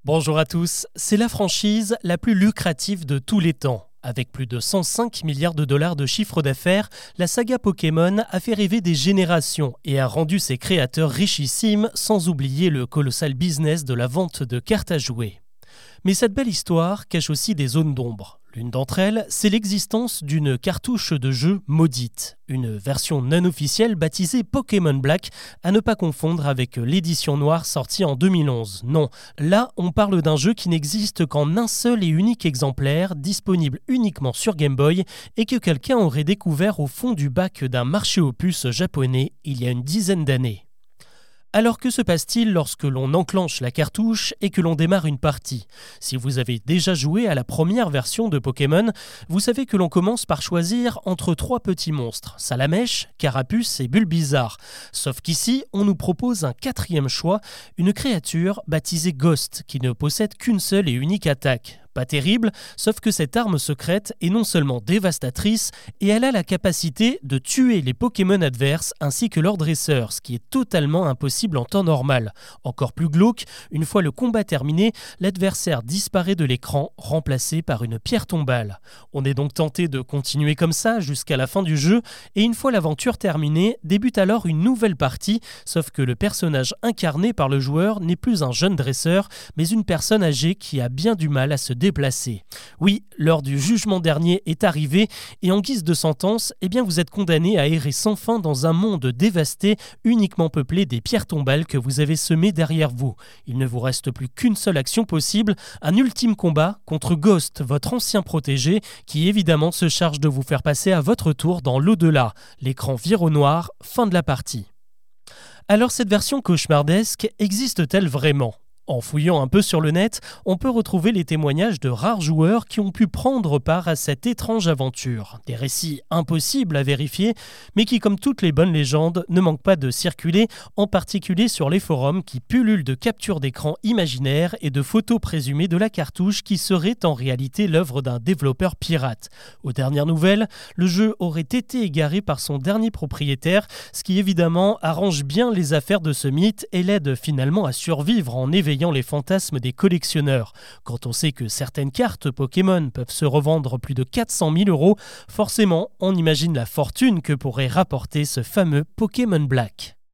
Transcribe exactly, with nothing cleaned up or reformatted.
Bonjour à tous, c'est la franchise la plus lucrative de tous les temps. Avec plus de cent cinq milliards de dollars de chiffre d'affaires, la saga Pokémon a fait rêver des générations et a rendu ses créateurs richissimes, sans oublier le colossal business de la vente de cartes à jouer. Mais cette belle histoire cache aussi des zones d'ombre. L'une d'entre elles, c'est l'existence d'une cartouche de jeu maudite, une version non officielle baptisée Pokémon Black, à ne pas confondre avec l'édition noire sortie en deux mille onze. Non, là on parle d'un jeu qui n'existe qu'en un seul et unique exemplaire, disponible uniquement sur Game Boy, et que quelqu'un aurait découvert au fond du bac d'un marché aux puces japonais il y a une dizaine d'années. Alors que se passe-t-il lorsque l'on enclenche la cartouche et que l'on démarre une partie ? Si vous avez déjà joué à la première version de Pokémon, vous savez que l'on commence par choisir entre trois petits monstres, Salamèche, Carapuce et Bulbizarre. Sauf qu'ici, on nous propose un quatrième choix, une créature baptisée Ghost, qui ne possède qu'une seule et unique attaque. Pas terrible, sauf que cette arme secrète est non seulement dévastatrice, et elle a la capacité de tuer les Pokémon adverses ainsi que leurs dresseurs, ce qui est totalement impossible en temps normal. Encore plus glauque, une fois le combat terminé, l'adversaire disparaît de l'écran, remplacé par une pierre tombale. On est donc tenté de continuer comme ça jusqu'à la fin du jeu, et une fois l'aventure terminée, débute alors une nouvelle partie, sauf que le personnage incarné par le joueur n'est plus un jeune dresseur, mais une personne âgée qui a bien du mal à se déplacer. Oui, l'heure du jugement dernier est arrivée et en guise de sentence, eh bien vous êtes condamné à errer sans fin dans un monde dévasté, uniquement peuplé des pierres tombales que vous avez semées derrière vous. Il ne vous reste plus qu'une seule action possible, un ultime combat contre Ghost, votre ancien protégé, qui évidemment se charge de vous faire passer à votre tour dans l'au-delà. L'écran vire au noir, fin de la partie. Alors cette version cauchemardesque existe-t-elle vraiment ? En fouillant un peu sur le net, on peut retrouver les témoignages de rares joueurs qui ont pu prendre part à cette étrange aventure. Des récits impossibles à vérifier, mais qui, comme toutes les bonnes légendes, ne manquent pas de circuler, en particulier sur les forums qui pullulent de captures d'écran imaginaires et de photos présumées de la cartouche qui serait en réalité l'œuvre d'un développeur pirate. Aux dernières nouvelles, le jeu aurait été égaré par son dernier propriétaire, ce qui évidemment arrange bien les affaires de ce mythe et l'aide finalement à survivre en éveillant les fantasmes des collectionneurs. Quand on sait que certaines cartes Pokémon peuvent se revendre plus de quatre cent mille euros, forcément, on imagine la fortune que pourrait rapporter ce fameux Pokémon Black.